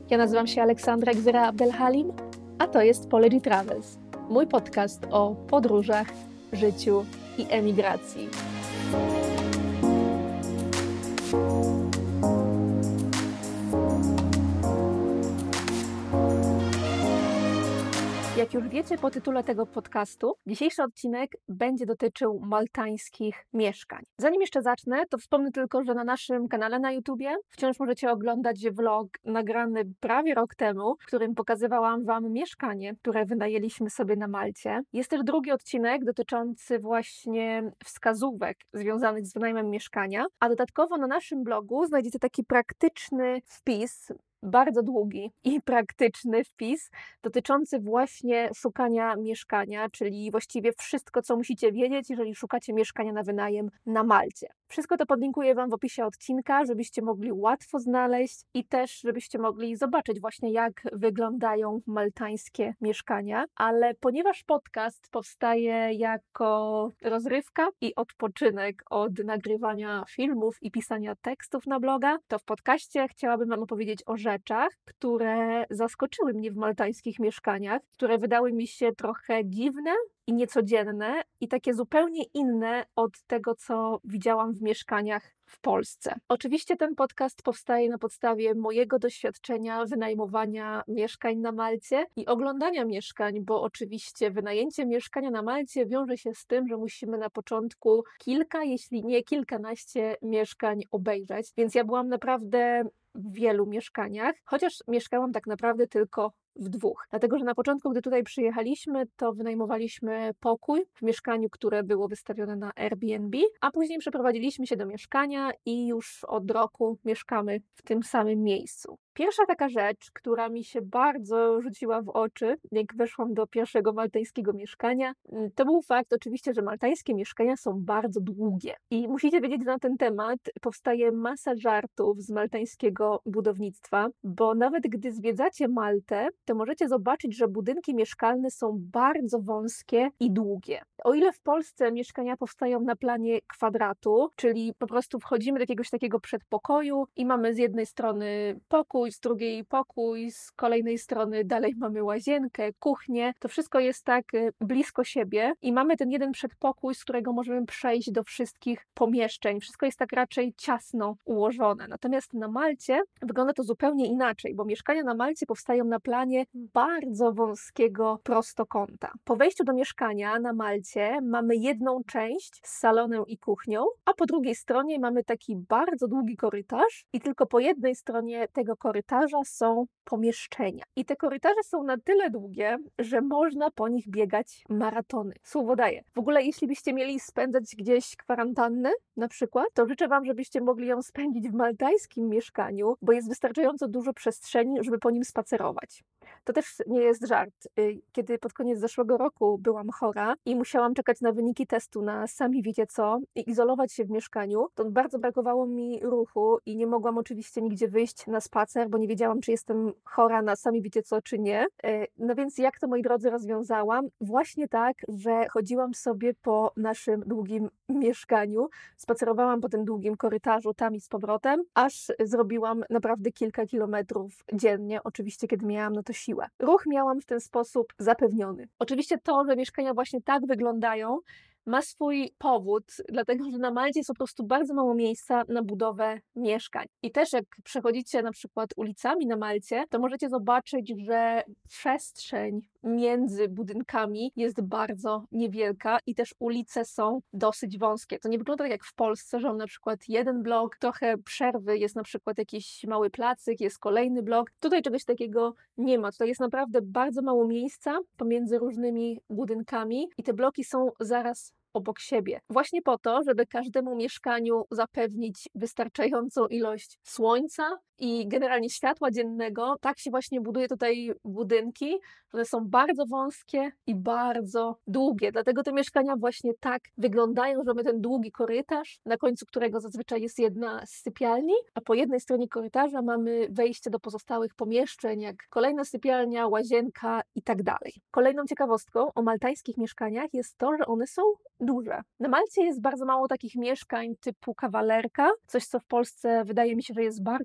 Ja nazywam się Aleksandra Gzyra Abdelhalim, a to jest Polegy Travels, mój podcast o podróżach, życiu i emigracji. Jak już wiecie po tytule tego podcastu, dzisiejszy odcinek będzie dotyczył maltańskich mieszkań. Zanim jeszcze zacznę, to wspomnę tylko, że na naszym kanale na YouTubie wciąż możecie oglądać vlog nagrany prawie rok temu, w którym pokazywałam Wam mieszkanie, które wynajęliśmy sobie na Malcie. Jest też drugi odcinek dotyczący właśnie wskazówek związanych z wynajmem mieszkania, a dodatkowo na naszym blogu znajdziecie taki praktyczny wpis, bardzo długi i praktyczny wpis dotyczący właśnie szukania mieszkania, czyli właściwie wszystko, co musicie wiedzieć, jeżeli szukacie mieszkania na wynajem na Malcie. Wszystko to podlinkuję Wam w opisie odcinka, żebyście mogli łatwo znaleźć i też żebyście mogli zobaczyć właśnie, jak wyglądają maltańskie mieszkania. Ale ponieważ podcast powstaje jako rozrywka i odpoczynek od nagrywania filmów i pisania tekstów na bloga, to w podcaście chciałabym Wam opowiedzieć o rzeczach, które zaskoczyły mnie w maltańskich mieszkaniach, które wydały mi się trochę dziwne i niecodzienne i takie zupełnie inne od tego, co widziałam w mieszkaniach w Polsce. Oczywiście ten podcast powstaje na podstawie mojego doświadczenia wynajmowania mieszkań na Malcie i oglądania mieszkań, bo oczywiście wynajęcie mieszkania na Malcie wiąże się z tym, że musimy na początku kilka, jeśli nie kilkanaście mieszkań obejrzeć, więc ja byłam naprawdę w wielu mieszkaniach, chociaż mieszkałam tak naprawdę tylko w dwóch. Dlatego, że na początku, gdy tutaj przyjechaliśmy, to wynajmowaliśmy pokój w mieszkaniu, które było wystawione na Airbnb, a później przeprowadziliśmy się do mieszkania i już od roku mieszkamy w tym samym miejscu. Pierwsza taka rzecz, która mi się bardzo rzuciła w oczy, jak weszłam do pierwszego maltańskiego mieszkania, to był fakt oczywiście, że maltańskie mieszkania są bardzo długie. I musicie wiedzieć, że na ten temat powstaje masa żartów z maltańskiego budownictwa, bo nawet gdy zwiedzacie Maltę, to możecie zobaczyć, że budynki mieszkalne są bardzo wąskie i długie. O ile w Polsce mieszkania powstają na planie kwadratu, czyli po prostu wchodzimy do jakiegoś takiego przedpokoju i mamy z jednej strony pokój, z drugiej pokój, z kolejnej strony dalej mamy łazienkę, kuchnię. To wszystko jest tak blisko siebie i mamy ten jeden przedpokój, z którego możemy przejść do wszystkich pomieszczeń. Wszystko jest tak raczej ciasno ułożone. Natomiast na Malcie wygląda to zupełnie inaczej, bo mieszkania na Malcie powstają na planie bardzo wąskiego prostokąta. Po wejściu do mieszkania na Malcie mamy jedną część z salonem i kuchnią, a po drugiej stronie mamy taki bardzo długi korytarz i tylko po jednej stronie tego korytarza są pomieszczenia. I te korytarze są na tyle długie, że można po nich biegać maratony. Słowo daję. W ogóle jeśli byście mieli spędzać gdzieś kwarantannę na przykład, to życzę Wam, żebyście mogli ją spędzić w maltańskim mieszkaniu, bo jest wystarczająco dużo przestrzeni, żeby po nim spacerować. To też nie jest żart. Kiedy pod koniec zeszłego roku byłam chora i musiałam czekać na wyniki testu na sami wiecie co i izolować się w mieszkaniu, to bardzo brakowało mi ruchu i nie mogłam oczywiście nigdzie wyjść na spacer, bo nie wiedziałam, czy jestem chora na sami wiecie co, czy nie. No więc jak to, moi drodzy, rozwiązałam? Właśnie tak, że chodziłam sobie po naszym długim mieszkaniu, spacerowałam po tym długim korytarzu tam i z powrotem, aż zrobiłam naprawdę kilka kilometrów dziennie, oczywiście kiedy miałam na to siłę. Ruch miałam w ten sposób zapewniony. Oczywiście to, że mieszkania właśnie tak wyglądają, ma swój powód, dlatego że na Malcie jest po prostu bardzo mało miejsca na budowę mieszkań. I też jak przechodzicie na przykład ulicami na Malcie, to możecie zobaczyć, że przestrzeń między budynkami jest bardzo niewielka i też ulice są dosyć wąskie. To nie wygląda tak jak w Polsce, że mam na przykład jeden blok, trochę przerwy, jest na przykład jakiś mały placyk, jest kolejny blok. Tutaj czegoś takiego nie ma. Tutaj jest naprawdę bardzo mało miejsca pomiędzy różnymi budynkami i te bloki są zaraz obok siebie. Właśnie po to, żeby każdemu mieszkaniu zapewnić wystarczającą ilość słońca i generalnie światła dziennego, tak się właśnie buduje tutaj budynki. One są bardzo wąskie i bardzo długie. Dlatego te mieszkania właśnie tak wyglądają, że mamy ten długi korytarz, na końcu którego zazwyczaj jest jedna z sypialni, a po jednej stronie korytarza mamy wejście do pozostałych pomieszczeń, jak kolejna sypialnia, łazienka i tak dalej. Kolejną ciekawostką o maltańskich mieszkaniach jest to, że one są duże. Na Malcie jest bardzo mało takich mieszkań typu kawalerka, coś co w Polsce wydaje mi się, że jest bardzo popularne,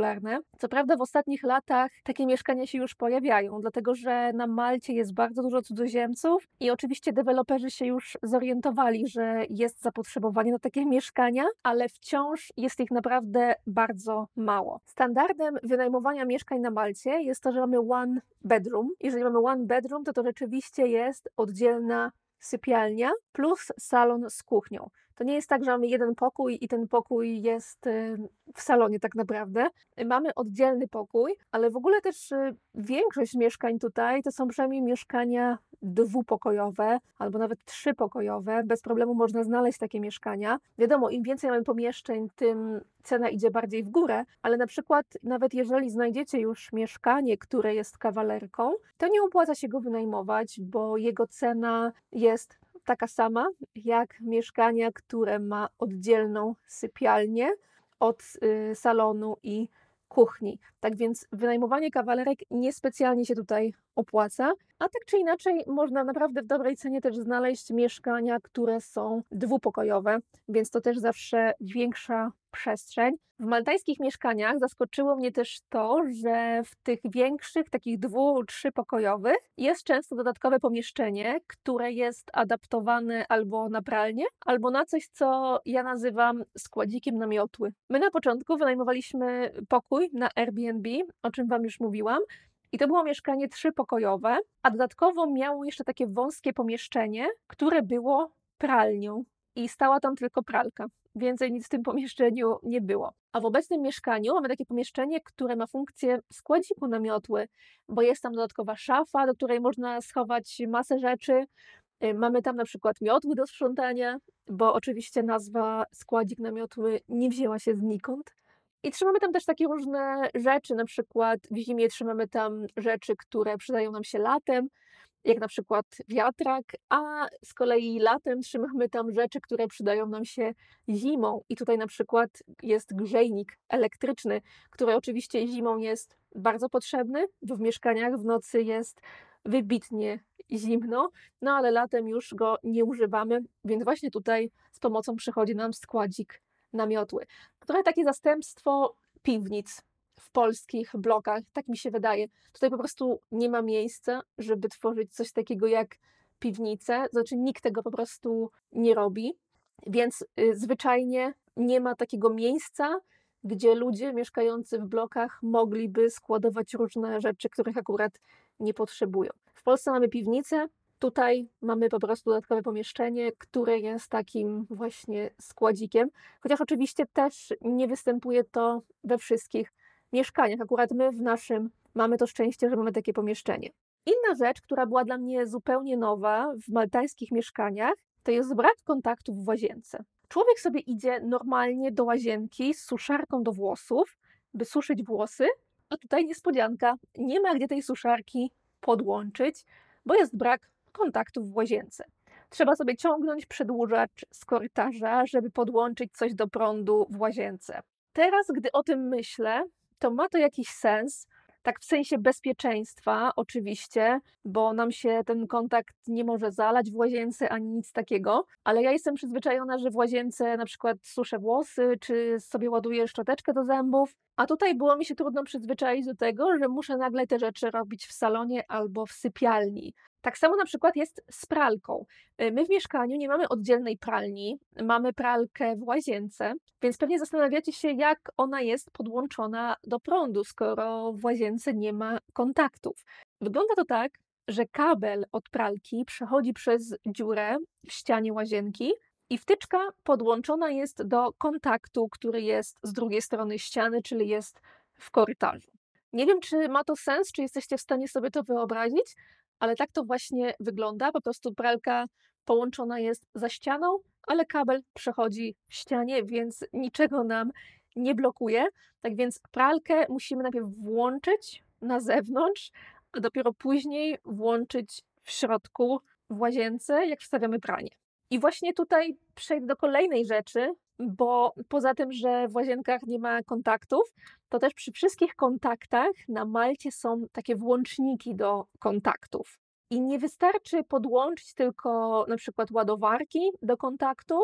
popularne. Co prawda w ostatnich latach takie mieszkania się już pojawiają, dlatego że na Malcie jest bardzo dużo cudzoziemców i oczywiście deweloperzy się już zorientowali, że jest zapotrzebowanie na takie mieszkania, ale wciąż jest ich naprawdę bardzo mało. Standardem wynajmowania mieszkań na Malcie jest to, że mamy one bedroom. Jeżeli mamy one bedroom, to rzeczywiście jest oddzielna sypialnia plus salon z kuchnią. To nie jest tak, że mamy jeden pokój i ten pokój jest w salonie tak naprawdę. Mamy oddzielny pokój, ale w ogóle też większość mieszkań tutaj to są przynajmniej mieszkania dwupokojowe albo nawet trzypokojowe. Bez problemu można znaleźć takie mieszkania. Wiadomo, im więcej mamy pomieszczeń, tym cena idzie bardziej w górę, ale na przykład nawet jeżeli znajdziecie już mieszkanie, które jest kawalerką, to nie opłaca się go wynajmować, bo jego cena jest taka sama jak mieszkania, które ma oddzielną sypialnię od salonu i kuchni. Tak więc wynajmowanie kawalerek niespecjalnie się tutaj opłaca, a tak czy inaczej można naprawdę w dobrej cenie też znaleźć mieszkania, które są dwupokojowe, więc to też zawsze większa przestrzeń. W maltańskich mieszkaniach zaskoczyło mnie też to, że w tych większych, takich trzypokojowych jest często dodatkowe pomieszczenie, które jest adaptowane albo na pralnię, albo na coś, co ja nazywam składzikiem na miotły. My na początku wynajmowaliśmy pokój na Airbnb, o czym Wam już mówiłam, i to było mieszkanie trzypokojowe, a dodatkowo miało jeszcze takie wąskie pomieszczenie, które było pralnią i stała tam tylko pralka. Więcej nic w tym pomieszczeniu nie było. A w obecnym mieszkaniu mamy takie pomieszczenie, które ma funkcję składziku na miotły, bo jest tam dodatkowa szafa, do której można schować masę rzeczy. Mamy tam na przykład miotły do sprzątania, bo oczywiście nazwa składzik na miotły nie wzięła się znikąd. I trzymamy tam też takie różne rzeczy, na przykład w zimie trzymamy tam rzeczy, które przydają nam się latem, jak na przykład wiatrak, a z kolei latem trzymamy tam rzeczy, które przydają nam się zimą. I tutaj na przykład jest grzejnik elektryczny, który oczywiście zimą jest bardzo potrzebny, bo w mieszkaniach w nocy jest wybitnie zimno, no ale latem już go nie używamy, więc właśnie tutaj z pomocą przychodzi nam składzik na miotły. Trochę takie zastępstwo piwnic w polskich blokach, tak mi się wydaje. Tutaj po prostu nie ma miejsca, żeby tworzyć coś takiego jak piwnice, znaczy nikt tego po prostu nie robi, więc zwyczajnie nie ma takiego miejsca, gdzie ludzie mieszkający w blokach mogliby składować różne rzeczy, których akurat nie potrzebują. W Polsce mamy piwnicę, tutaj mamy po prostu dodatkowe pomieszczenie, które jest takim właśnie składzikiem, chociaż oczywiście też nie występuje to we wszystkich mieszkaniach. Akurat my w naszym mamy to szczęście, że mamy takie pomieszczenie. Inna rzecz, która była dla mnie zupełnie nowa w maltańskich mieszkaniach, to jest brak kontaktów w łazience. Człowiek sobie idzie normalnie do łazienki z suszarką do włosów, by suszyć włosy, a tutaj niespodzianka, nie ma gdzie tej suszarki podłączyć, bo jest brak kontaktów w łazience. Trzeba sobie ciągnąć przedłużacz z korytarza, żeby podłączyć coś do prądu w łazience. Teraz, gdy o tym myślę, to ma to jakiś sens, tak w sensie bezpieczeństwa oczywiście, bo nam się ten kontakt nie może zalać w łazience ani nic takiego, ale ja jestem przyzwyczajona, że w łazience na przykład suszę włosy, czy sobie ładuję szczoteczkę do zębów, a tutaj było mi się trudno przyzwyczaić do tego, że muszę nagle te rzeczy robić w salonie albo w sypialni. Tak samo na przykład jest z pralką. My w mieszkaniu nie mamy oddzielnej pralni, mamy pralkę w łazience, więc pewnie zastanawiacie się, jak ona jest podłączona do prądu, skoro w łazience nie ma kontaktów. Wygląda to tak, że kabel od pralki przechodzi przez dziurę w ścianie łazienki i wtyczka podłączona jest do kontaktu, który jest z drugiej strony ściany, czyli jest w korytarzu. Nie wiem, czy ma to sens, czy jesteście w stanie sobie to wyobrazić, ale tak to właśnie wygląda. Po prostu pralka połączona jest za ścianą, ale kabel przechodzi w ścianie, więc niczego nam nie blokuje. Tak więc pralkę musimy najpierw włączyć na zewnątrz, a dopiero później włączyć w środku w łazience, jak wstawiamy pranie. I właśnie tutaj przejdę do kolejnej rzeczy, bo poza tym, że w łazienkach nie ma kontaktów, to też przy wszystkich kontaktach na Malcie są takie włączniki do kontaktów. I nie wystarczy podłączyć tylko na przykład ładowarki do kontaktu,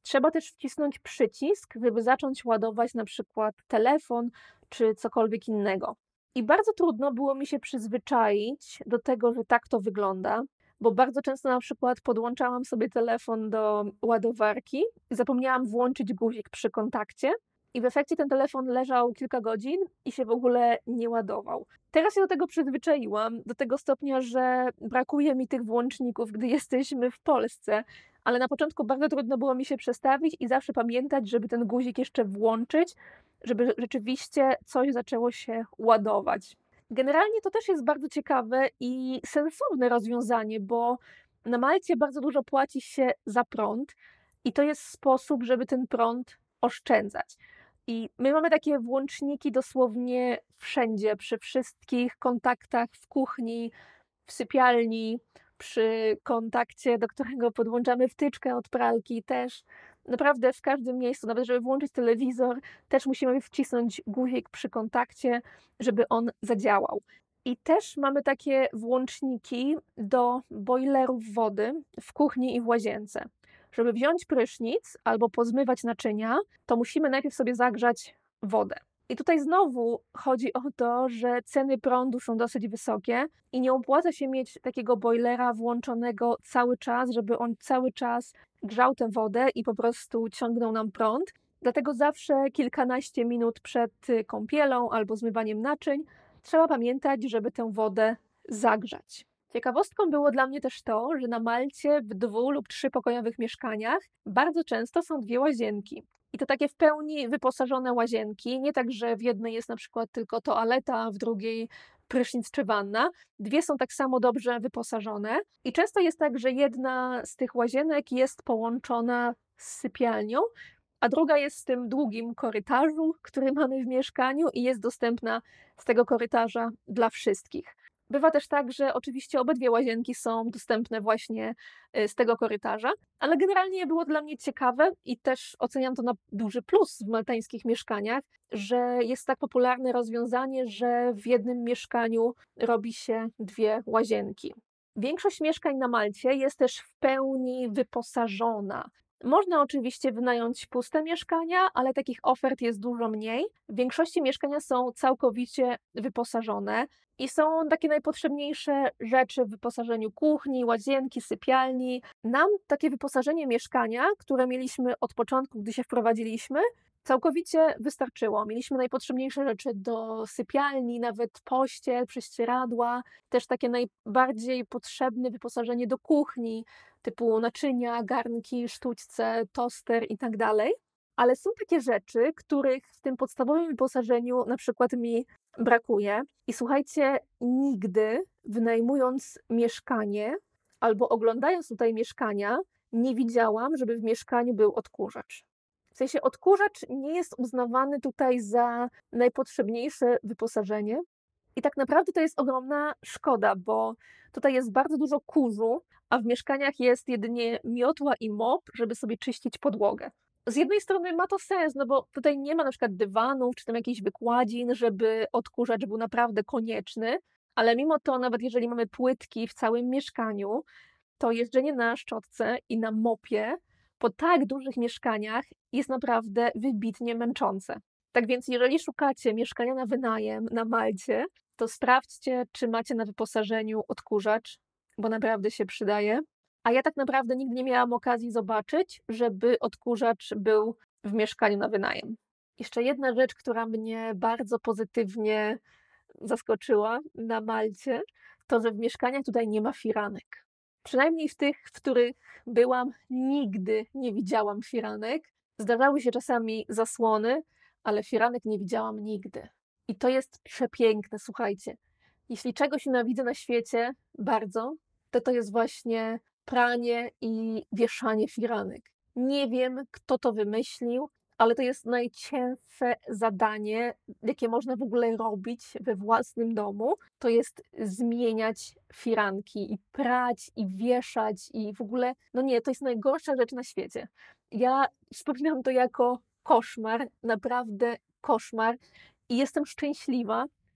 Trzeba też wcisnąć przycisk, żeby zacząć ładować na przykład telefon czy cokolwiek innego. I bardzo trudno było mi się przyzwyczaić do tego, że tak to wygląda, bo bardzo często na przykład podłączałam sobie telefon do ładowarki i zapomniałam włączyć guzik przy kontakcie i w efekcie ten telefon leżał kilka godzin i się w ogóle nie ładował. Teraz się do tego przyzwyczaiłam, do tego stopnia, że brakuje mi tych włączników, gdy jesteśmy w Polsce, ale na początku bardzo trudno było mi się przestawić i zawsze pamiętać, żeby ten guzik jeszcze włączyć, żeby rzeczywiście coś zaczęło się ładować. Generalnie to też jest bardzo ciekawe i sensowne rozwiązanie, bo na Malcie bardzo dużo płaci się za prąd i to jest sposób, żeby ten prąd oszczędzać. I my mamy takie włączniki dosłownie wszędzie, przy wszystkich kontaktach w kuchni, w sypialni, przy kontakcie, do którego podłączamy wtyczkę od pralki też. Naprawdę w każdym miejscu, nawet żeby włączyć telewizor, też musimy wcisnąć guzik przy kontakcie, żeby on zadziałał. I też mamy takie włączniki do bojlerów wody w kuchni i w łazience. Żeby wziąć prysznic albo pozmywać naczynia, to musimy najpierw sobie zagrzać wodę. I tutaj znowu chodzi o to, że ceny prądu są dosyć wysokie i nie opłaca się mieć takiego bojlera włączonego cały czas, żeby on cały czas grzał tę wodę i po prostu ciągnął nam prąd. Dlatego zawsze kilkanaście minut przed kąpielą albo zmywaniem naczyń trzeba pamiętać, żeby tę wodę zagrzać. Ciekawostką było dla mnie też to, że na Malcie w 2- lub 3-pokojowych mieszkaniach bardzo często są 2 łazienki. I to takie w pełni wyposażone łazienki, nie tak, że w jednej jest na przykład tylko toaleta, a w drugiej prysznic czy wanna. 2 są tak samo dobrze wyposażone i często jest tak, że jedna z tych łazienek jest połączona z sypialnią, a druga jest w tym długim korytarzu, który mamy w mieszkaniu i jest dostępna z tego korytarza dla wszystkich. Bywa też tak, że oczywiście obydwie łazienki są dostępne właśnie z tego korytarza, ale generalnie było dla mnie ciekawe i też oceniam to na duży plus w maltańskich mieszkaniach, że jest tak popularne rozwiązanie, że w jednym mieszkaniu robi się 2 łazienki. Większość mieszkań na Malcie jest też w pełni wyposażona. Można oczywiście wynająć puste mieszkania, ale takich ofert jest dużo mniej. W większości mieszkania są całkowicie wyposażone i są takie najpotrzebniejsze rzeczy w wyposażeniu kuchni, łazienki, sypialni. Nam takie wyposażenie mieszkania, które mieliśmy od początku, gdy się wprowadziliśmy, całkowicie wystarczyło. Mieliśmy najpotrzebniejsze rzeczy do sypialni, nawet pościel, prześcieradła, też takie najbardziej potrzebne wyposażenie do kuchni, typu naczynia, garnki, sztućce, toster i tak dalej. Ale są takie rzeczy, których w tym podstawowym wyposażeniu na przykład mi brakuje. I słuchajcie, nigdy wynajmując mieszkanie albo oglądając tutaj mieszkania, nie widziałam, żeby w mieszkaniu był odkurzacz. W sensie odkurzacz nie jest uznawany tutaj za najpotrzebniejsze wyposażenie. I tak naprawdę to jest ogromna szkoda, bo tutaj jest bardzo dużo kurzu, a w mieszkaniach jest jedynie miotła i mop, żeby sobie czyścić podłogę. Z jednej strony ma to sens, no bo tutaj nie ma na przykład dywanów czy tam jakichś wykładzin, żeby odkurzacz był naprawdę konieczny, ale mimo to, nawet jeżeli mamy płytki w całym mieszkaniu, to jeżdżenie na szczotce i na mopie po tak dużych mieszkaniach jest naprawdę wybitnie męczące. Tak więc jeżeli szukacie mieszkania na wynajem na Malcie, to sprawdźcie, czy macie na wyposażeniu odkurzacz, bo naprawdę się przydaje. A ja tak naprawdę nigdy nie miałam okazji zobaczyć, żeby odkurzacz był w mieszkaniu na wynajem. Jeszcze jedna rzecz, która mnie bardzo pozytywnie zaskoczyła na Malcie, to że w mieszkaniach tutaj nie ma firanek. Przynajmniej w tych, w których byłam, nigdy nie widziałam firanek. Zdarzały się czasami zasłony, ale firanek nie widziałam nigdy. I to jest przepiękne, słuchajcie. Jeśli czegoś nienawidzę na świecie bardzo, to jest właśnie pranie i wieszanie firanek. Nie wiem, kto to wymyślił, ale to jest najcięższe zadanie, jakie można w ogóle robić we własnym domu. To jest zmieniać firanki i prać i wieszać i w ogóle, no nie, to jest najgorsza rzecz na świecie. Ja wspominam to jako koszmar, naprawdę koszmar i jestem szczęśliwa,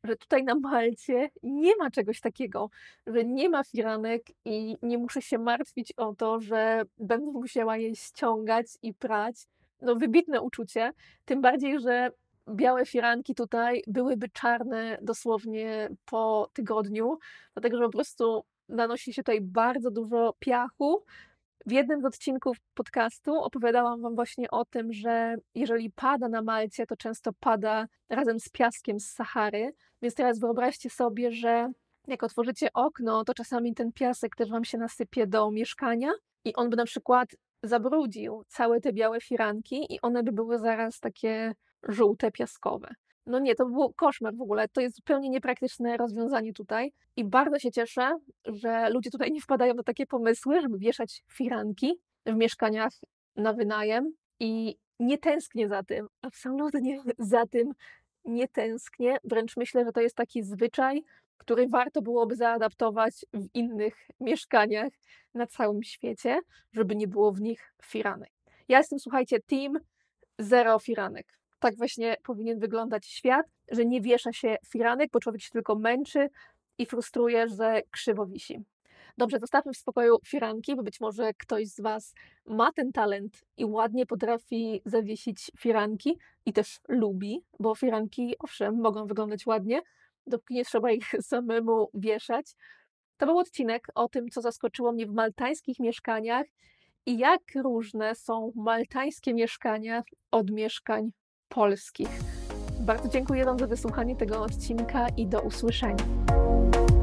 że tutaj na Malcie nie ma czegoś takiego, że nie ma firanek i nie muszę się martwić o to, że będę musiała je ściągać i prać. No wybitne uczucie, tym bardziej, że białe firanki tutaj byłyby czarne dosłownie po tygodniu, dlatego że po prostu nanosi się tutaj bardzo dużo piachu. W jednym z odcinków podcastu opowiadałam Wam właśnie o tym, że jeżeli pada na Malcie, to często pada razem z piaskiem z Sahary. Więc teraz wyobraźcie sobie, że jak otworzycie okno, to czasami ten piasek też Wam się nasypie do mieszkania i on by na przykład zabrudził całe te białe firanki i one by były zaraz takie żółte, piaskowe. No nie, to był koszmar w ogóle. To jest zupełnie niepraktyczne rozwiązanie tutaj i bardzo się cieszę, że ludzie tutaj nie wpadają na takie pomysły, żeby wieszać firanki w mieszkaniach na wynajem i nie tęsknię za tym, absolutnie za tym nie tęsknię, wręcz myślę, że to jest taki zwyczaj, który warto byłoby zaadaptować w innych mieszkaniach na całym świecie, żeby nie było w nich firanek. Ja jestem, słuchajcie, team zero firanek. Tak właśnie powinien wyglądać świat, że nie wiesza się firanek, bo człowiek się tylko męczy i frustruje, że krzywo wisi. Dobrze, zostawmy w spokoju firanki, bo być może ktoś z Was ma ten talent i ładnie potrafi zawiesić firanki i też lubi, bo firanki, owszem, mogą wyglądać ładnie, dopóki nie trzeba ich samemu wieszać. To był odcinek o tym, co zaskoczyło mnie w maltańskich mieszkaniach i jak różne są maltańskie mieszkania od mieszkań polskich. Bardzo dziękuję Wam za wysłuchanie tego odcinka i do usłyszenia.